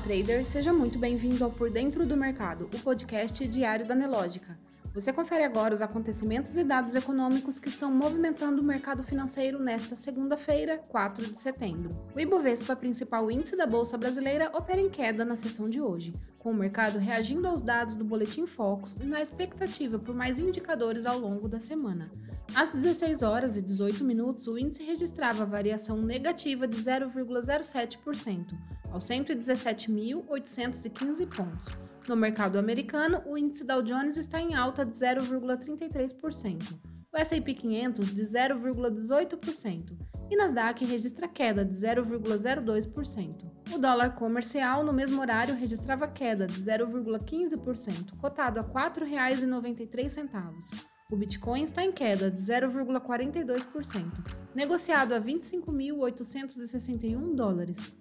trader, seja muito bem-vindo ao Por Dentro do Mercado, o podcast diário da Nelogica. Você confere agora os acontecimentos e dados econômicos que estão movimentando o mercado financeiro nesta segunda-feira, 4 de setembro. O Ibovespa, principal índice da Bolsa Brasileira, opera em queda na sessão de hoje, com o mercado reagindo aos dados do Boletim Focus e na expectativa por mais indicadores ao longo da semana. Às 16 horas e 18 minutos, o índice registrava variação negativa de 0,07%, aos 117.815 pontos. No mercado americano, o índice Dow Jones está em alta de 0,33%, o S&P 500 de 0,18% e Nasdaq registra queda de 0,02%. O dólar comercial, no mesmo horário, registrava queda de 0,15%, cotado a R$ 4,93. O Bitcoin está em queda de 0,42%, negociado a $25.861.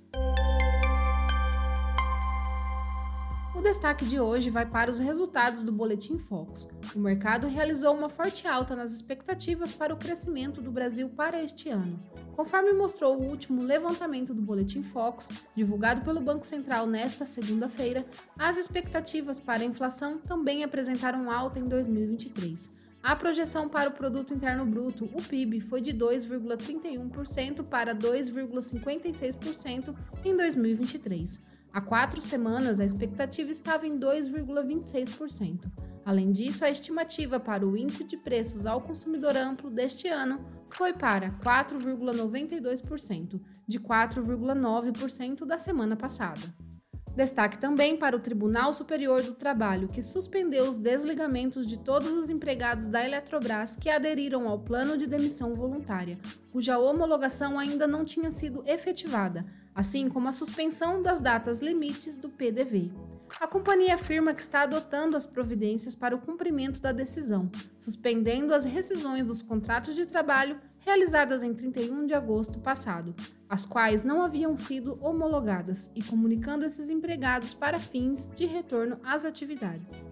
O destaque de hoje vai para os resultados do Boletim Focus. O mercado realizou uma forte alta nas expectativas para o crescimento do Brasil para este ano. Conforme mostrou o último levantamento do Boletim Focus, divulgado pelo Banco Central nesta segunda-feira, as expectativas para a inflação também apresentaram alta em 2023. A projeção para o Produto Interno Bruto, o PIB, foi de 2,31% para 2,56% em 2023. Há 4 semanas, a expectativa estava em 2,26%. Além disso, a estimativa para o Índice de Preços ao Consumidor Amplo deste ano foi para 4,92%, de 4,9% da semana passada. Destaque também para o Tribunal Superior do Trabalho, que suspendeu os desligamentos de todos os empregados da Eletrobras que aderiram ao plano de demissão voluntária, cuja homologação ainda não tinha sido efetivada, assim como a suspensão das datas limites do PDV. A companhia afirma que está adotando as providências para o cumprimento da decisão, suspendendo as rescisões dos contratos de trabalho realizadas em 31 de agosto passado, as quais não haviam sido homologadas, e comunicando esses empregados para fins de retorno às atividades.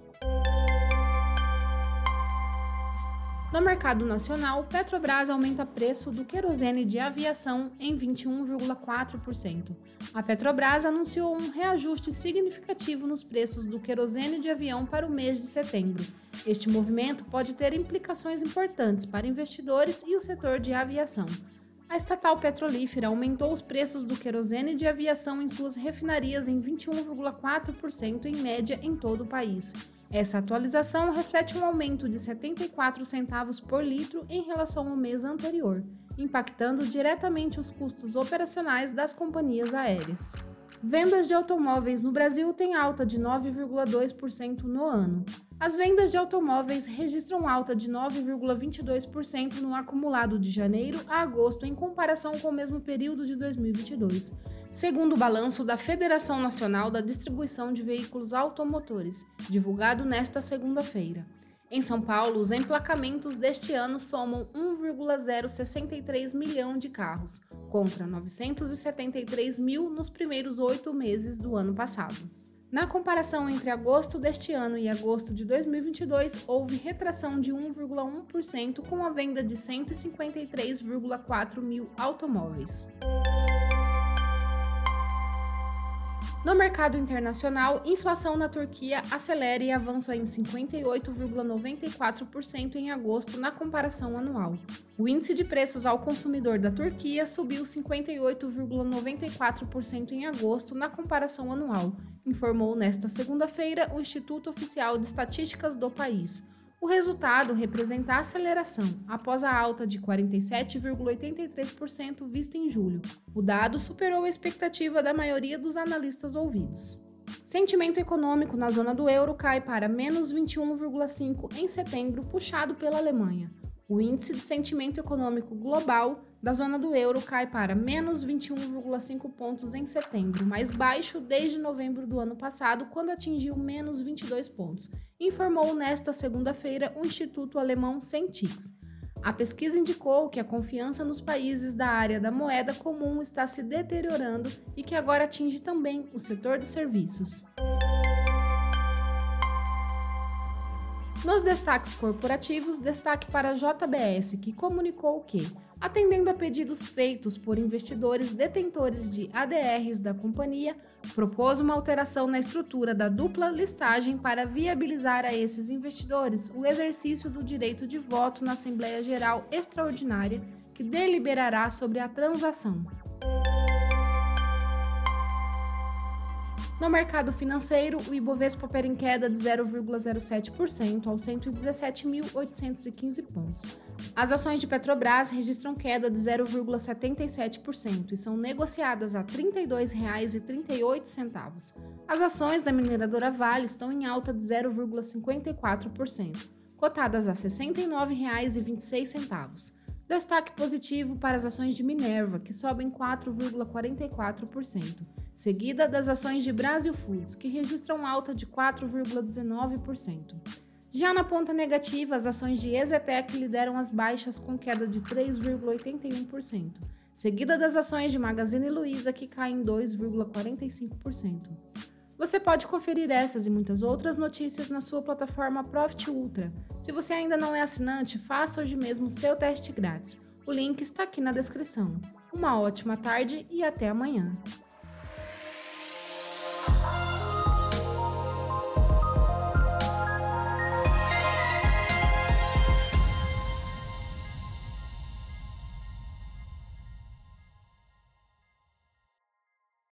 No mercado nacional, Petrobras aumenta preço do querosene de aviação em 21,4%. A Petrobras anunciou um reajuste significativo nos preços do querosene de avião para o mês de setembro. Este movimento pode ter implicações importantes para investidores e o setor de aviação. A estatal petrolífera aumentou os preços do querosene de aviação em suas refinarias em 21,4% em média em todo o país. Essa atualização reflete um aumento de 74 centavos por litro em relação ao mês anterior, impactando diretamente os custos operacionais das companhias aéreas. Vendas de automóveis no Brasil têm alta de 9,2% no ano. As vendas de automóveis registram alta de 9,22% no acumulado de janeiro a agosto em comparação com o mesmo período de 2022, segundo o balanço da Federação Nacional da Distribuição de Veículos Automotores, divulgado nesta segunda-feira. Em São Paulo, os emplacamentos deste ano somam 1,063 milhão de carros, contra 973 mil nos primeiros 8 meses do ano passado. Na comparação entre agosto deste ano e agosto de 2022, houve retração de 1,1% com a venda de 153,4 mil automóveis. No mercado internacional, inflação na Turquia acelera e avança em 58,94% em agosto na comparação anual. O índice de preços ao consumidor da Turquia subiu 58,94% em agosto na comparação anual, informou nesta segunda-feira o Instituto Oficial de Estatísticas do país. O resultado representa a aceleração, após a alta de 47,83% vista em julho. O dado superou a expectativa da maioria dos analistas ouvidos. Sentimento econômico na zona do euro cai para menos 21,5% em setembro, puxado pela Alemanha. O índice de sentimento econômico global da zona do euro cai para menos 21,5 pontos em setembro, mais baixo desde novembro do ano passado, quando atingiu menos 22 pontos, informou nesta segunda-feira o Instituto Alemão Sentix. A pesquisa indicou que a confiança nos países da área da moeda comum está se deteriorando e que agora atinge também o setor dos serviços. Nos destaques corporativos, destaque para a JBS, que comunicou que, atendendo a pedidos feitos por investidores detentores de ADRs da companhia, propôs uma alteração na estrutura da dupla listagem para viabilizar a esses investidores o exercício do direito de voto na Assembleia Geral Extraordinária, que deliberará sobre a transação. No mercado financeiro, o Ibovespa opera em queda de 0,07% aos 117.815 pontos. As ações de Petrobras registram queda de 0,77% e são negociadas a R$ 32,38. As ações da mineradora Vale estão em alta de 0,54%, cotadas a R$ 69,26. Destaque positivo para as ações de Minerva, que sobem 4,44%, seguida das ações de Brasil Foods, que registram alta de 4,19%. Já na ponta negativa, as ações de Ezetec lideram as baixas com queda de 3,81%, seguida das ações de Magazine Luiza, que caem 2,45%. Você pode conferir essas e muitas outras notícias na sua plataforma Profit Ultra. Se você ainda não é assinante, faça hoje mesmo o seu teste grátis. O link está aqui na descrição. Uma ótima tarde e até amanhã!